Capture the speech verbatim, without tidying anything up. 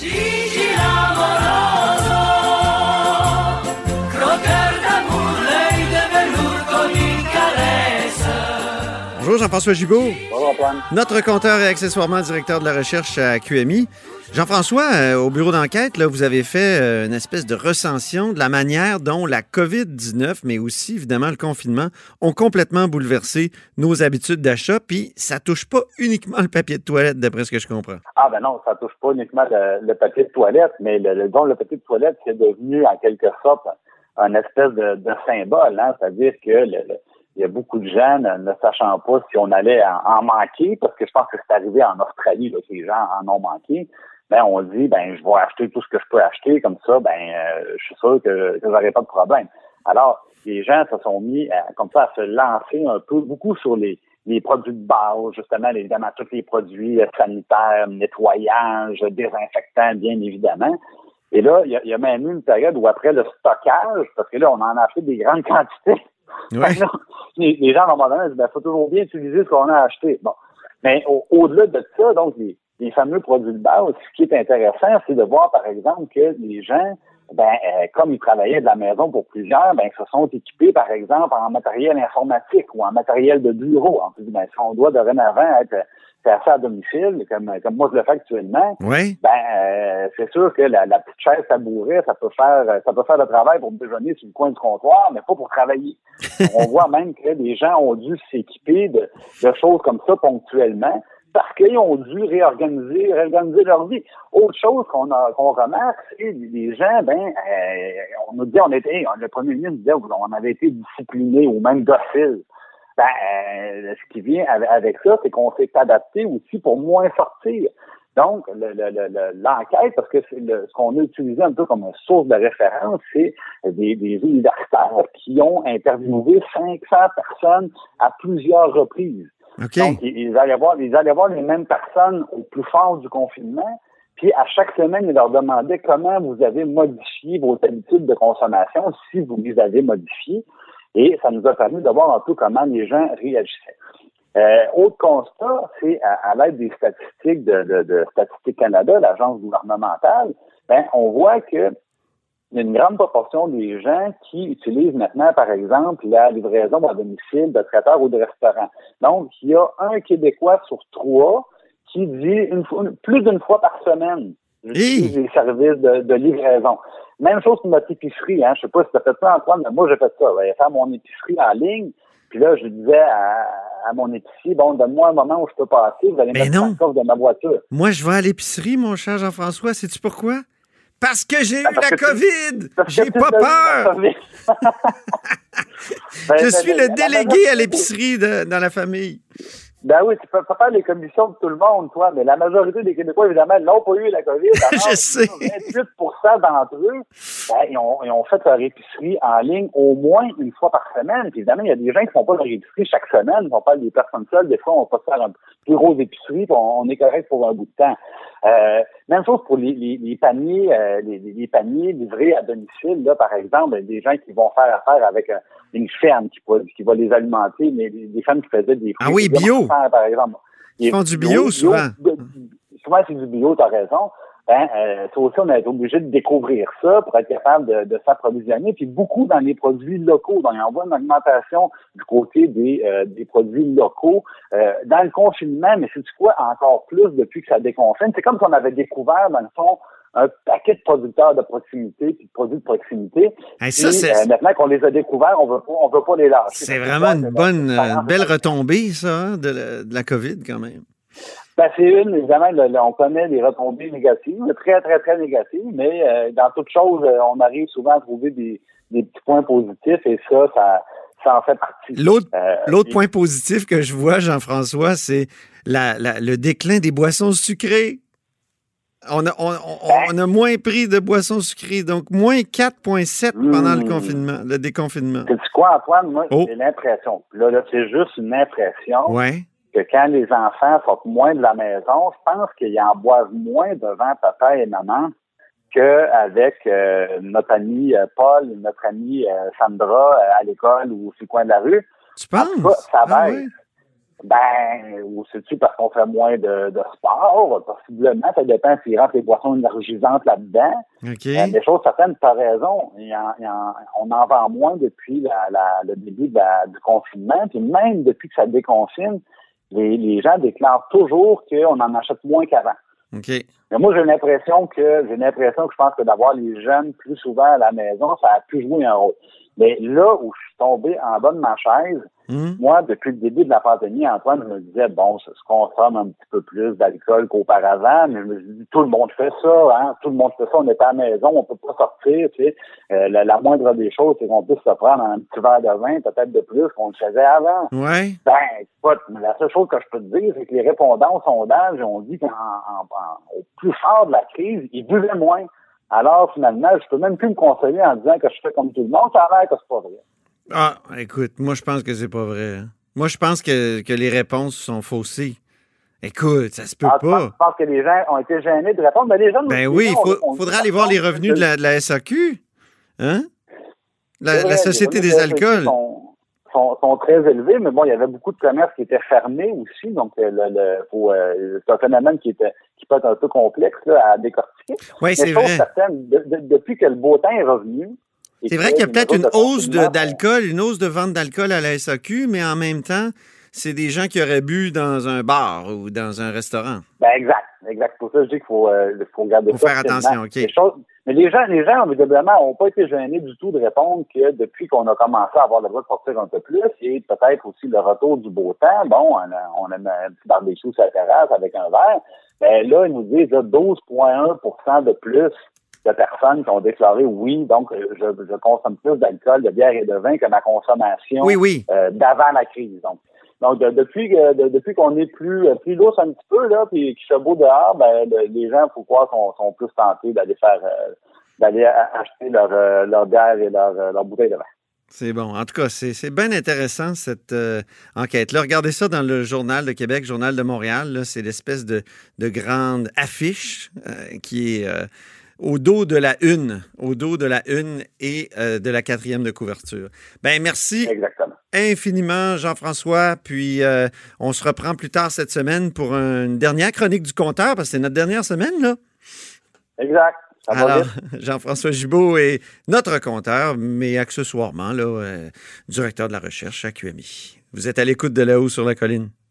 Gigi l'amoroso, croqueur d'amour, l'œil de velours comme une caresse. Bonjour Jean-François Gibault. Bonjour Antoine. Notre compteur et accessoirement directeur de la recherche à Q M I. Jean-François, euh, au bureau d'enquête, là, vous avez fait euh, une espèce de recension de la manière dont la covid dix-neuf, mais aussi évidemment le confinement, ont complètement bouleversé nos habitudes d'achat, puis ça touche pas uniquement le papier de toilette, d'après ce que je comprends. Ah ben non, ça touche pas uniquement le, le papier de toilette, mais le, le, donc, le papier de toilette, c'est devenu en quelque sorte un espèce de, de symbole, hein? C'est-à-dire que le, le, il y a beaucoup de gens ne, ne sachant pas si on allait en, en manquer, parce que je pense que c'est arrivé en Australie, là, que les gens en ont manqué. Ben, on dit, ben, je vais acheter tout ce que je peux acheter, comme ça, ben, euh, je suis sûr que, que j'aurai pas de problème. Alors, les gens se sont mis, à, comme ça, à se lancer un peu, beaucoup sur les, les produits de base, justement, évidemment, tous les produits sanitaires, nettoyage, désinfectants, bien évidemment. Et là, il y a, il y a même eu une période où après le stockage, parce que là, on en a acheté des grandes quantités. Ouais. Là, les, les gens, à un moment donné, disent, ben, faut toujours bien utiliser ce qu'on a acheté. Bon. Mais au, au-delà de ça, donc, les, les fameux produits de base, ce qui est intéressant, c'est de voir, par exemple, que les gens, ben, euh, comme ils travaillaient de la maison pour plusieurs, ben, se sont équipés, par exemple, en matériel informatique ou en matériel de bureau. En plus, ben, si on doit dorénavant être faire ça à domicile, comme, comme moi je le fais actuellement, Oui. ben, euh, c'est sûr que la, la petite chaise tabouret, ça peut faire, ça peut faire le travail pour déjeuner sur le coin du comptoir, mais pas pour travailler. On voit même que les gens ont dû s'équiper de, de choses comme ça ponctuellement, parce qu'ils ont dû réorganiser, réorganiser leur vie. Autre chose qu'on a, qu'on remarque, c'est les gens, ben, euh, on nous dit, on était, le premier ministre disait, on avait été disciplinés ou même dociles. Ben, euh, ce qui vient avec, avec ça, c'est qu'on s'est adapté aussi pour moins sortir. Donc, le, le, le, l'enquête, parce que c'est le, ce qu'on a utilisé un peu comme une source de référence, c'est des, des universitaires qui ont interviewé cinq cents personnes à plusieurs reprises. Okay. Donc, ils allaient voir, ils allaient voir les mêmes personnes au plus fort du confinement, puis à chaque semaine, ils leur demandaient comment vous avez modifié vos habitudes de consommation, si vous les avez modifiées, et ça nous a permis de voir un peu comment les gens réagissaient. Euh, autre constat, c'est à, à l'aide des statistiques de, de, de Statistique Canada, l'agence gouvernementale, ben, on voit que il y a une grande proportion des gens qui utilisent maintenant, par exemple, la livraison à domicile de traiteurs ou de restaurants. Donc, il y a un Québécois sur trois qui dit une fois, plus d'une fois par semaine, j'utilise les services de, de livraison. Même chose pour notre épicerie, hein. Je sais pas si tu as fait ça, Antoine, mais moi, j'ai fait ça. J'allais faire mon épicerie en ligne, puis là, je disais à, à mon épicier, bon, donne-moi un moment où je peux passer, vous allez Mais mettre non. la coffre de ma voiture. Moi, je vais à l'épicerie, mon cher Jean-François. Sais-tu pourquoi? Parce que j'ai Ben, eu parce la que COVID! Parce J'ai que pas tu as eu la peur! COVID. Je Ben, suis ben, le la délégué majorité- à l'épicerie de- dans la famille. Ben oui, tu peux pas faire les commissions de tout le monde, toi, mais la majorité des Québécois, évidemment, n'ont pas eu la COVID. Alors, Je sais. vingt-huit pour cent d'entre eux, ben, ils, ont, ils ont fait leur épicerie en ligne au moins une fois par semaine. Puis évidemment, il y a des gens qui font pas leur épicerie chaque semaine. On parle des personnes seules. Des fois, on peut faire un plus gros épicerie, puis on, on est correct pour un bout de temps. Euh, même chose pour les, les, les paniers, euh, les, les paniers livrés à domicile, là, par exemple, des gens qui vont faire affaire avec un, une ferme qui, va- qui va les alimenter, mais des, des femmes qui faisaient des Ah oui, bio. Par exemple. Ils font du bio, souvent. de- souvent, c'est du bio, t'as raison. Ben, euh, ça aussi, on a été obligé de découvrir ça pour être capable de, de s'approvisionner. Puis beaucoup dans les produits locaux. Donc, on voit une augmentation du côté des, euh, des produits locaux. Euh, dans le confinement, mais c'est quoi encore plus depuis que ça déconfine? C'est comme si on avait découvert, dans le fond, un paquet de producteurs de proximité, puis de produits de proximité. Hey, ça, Et, c'est- euh, maintenant qu'on les a découverts, on veut pas, on veut pas les lâcher. C'est Parce que vraiment ça, une c'est- bonne, c'est- euh, belle retombée, ça, hein, de, la, de la COVID, quand même. Ben, c'est une, évidemment, le- le- on connaît les retombées négatives, très, très, très négatives, mais euh, dans toute chose, euh, on arrive souvent à trouver des, des petits points positifs et ça, ça, ça en fait partie. L'autre, Euh, l'autre et- point positif que je vois, Jean-François, c'est la, la- le déclin des boissons sucrées. On a, on, on- on a moins pris de boissons sucrées, donc moins quatre virgule sept pendant le Mmh. confinement, le déconfinement. C'est quoi, Antoine? Moi, Oh. j'ai l'impression. Là, là, c'est juste une impression Ouais. que quand les enfants sortent moins de la maison, je pense qu'ils en boivent moins devant papa et maman qu'avec euh, notre ami euh, Paul, notre amie euh, Sandra euh, à l'école ou sur le coin de la rue. Tu En tout cas, penses? ça Ah baisse. ouais? Ben, ou c'est-tu parce qu'on fait moins de, de sport? Possiblement, ça dépend s'ils rentrent les boissons énergisantes là-dedans. OK. Euh, des choses certaines, tu as raison. Il y en, il y en, on en vend moins depuis la, la, le début de la, du confinement. Puis même depuis que ça déconfine, les, les gens déclarent toujours qu'on en achète moins qu'avant. OK. Mais moi, j'ai l'impression que j'ai l'impression que je pense que d'avoir les jeunes plus souvent à la maison, ça a pu jouer un rôle. Mais là où je suis tombé en bas de ma chaise, Mmh. moi, depuis le début de la pandémie, Antoine, je me disais, bon, ça se consomme un petit peu plus d'alcool qu'auparavant, mais je me dis, tout le monde fait ça, hein, tout le monde fait ça, on est à la maison, on peut pas sortir, tu sais. Euh, la, la moindre des choses, c'est qu'on puisse se prendre un petit verre de vin, peut-être de plus qu'on le faisait avant. Ouais. Ben, écoute, la seule chose que je peux te dire, c'est que les répondants au sondage ont dit qu'au plus fort de la crise, ils buvaient moins. Alors, finalement, je peux même plus me consoler en disant que je fais comme tout le monde, ça a l'air que c'est pas vrai. Ah, écoute, moi, je pense que c'est pas vrai. Hein. Moi, je pense que, que les réponses sont faussées. Écoute, ça se peut ah, pas. Je pense, je pense que les gens ont été gênés de répondre, mais les gens... Ben oui, il faut, faudra aller voir les revenus de la, de la S A Q. Hein? La, vrai, la Société des alcools. Sont, sont, sont très élevés, mais bon, il y avait beaucoup de commerces qui étaient fermés aussi, donc le, le, faut, euh, c'est un phénomène qui, était, qui peut être un peu complexe là, à décortiquer. Oui, c'est vrai. Certaine, de, de, depuis que le beau temps est revenu... C'est vrai qu'il y a peut-être une hausse de, d'alcool, une hausse de vente d'alcool à la S A Q, mais en même temps, c'est des gens qui auraient bu dans un bar ou dans un restaurant. Ben exact, exact. Pour ça, je dis qu'il faut, euh, faut regarder faut ça. Faut faire attention, OK. Les choses, mais les gens, les gens, évidemment, n'ont pas été gênés du tout de répondre que depuis qu'on a commencé à avoir le droit de sortir un peu plus, et peut-être aussi le retour du beau temps, bon, on a, on a un petit barbecue sur la terrasse avec un verre, ben là, ils nous disent là, douze virgule un pour cent de plus de personnes qui ont déclaré oui, donc je, je consomme plus d'alcool, de bière et de vin que ma consommation oui, oui. Euh, d'avant la crise. Donc, donc de, depuis euh, de, depuis qu'on est plus plus lousse un petit peu là, puis qu'il fait beau dehors, ben de, les gens, faut croire, sont, sont plus tentés d'aller faire euh, d'aller acheter leur euh, leur bière et leur euh, leur bouteille de vin. C'est bon. En tout cas, c'est, c'est bien intéressant, cette euh, enquête-là. Regardez ça dans le Journal de Québec, Journal de Montréal. Là, c'est l'espèce de, de grande affiche euh, qui est euh, au dos de la une, au dos de la une et euh, de la quatrième de couverture. Ben merci Exactement. infiniment, Jean-François. Puis euh, on se reprend plus tard cette semaine pour une dernière chronique du compteur, parce que c'est notre dernière semaine, là. Exact. Alors, Jean-François Gibault est notre compteur, mais accessoirement, là, euh, directeur de la recherche à Q M I. Vous êtes à l'écoute de Là-haut sur la colline.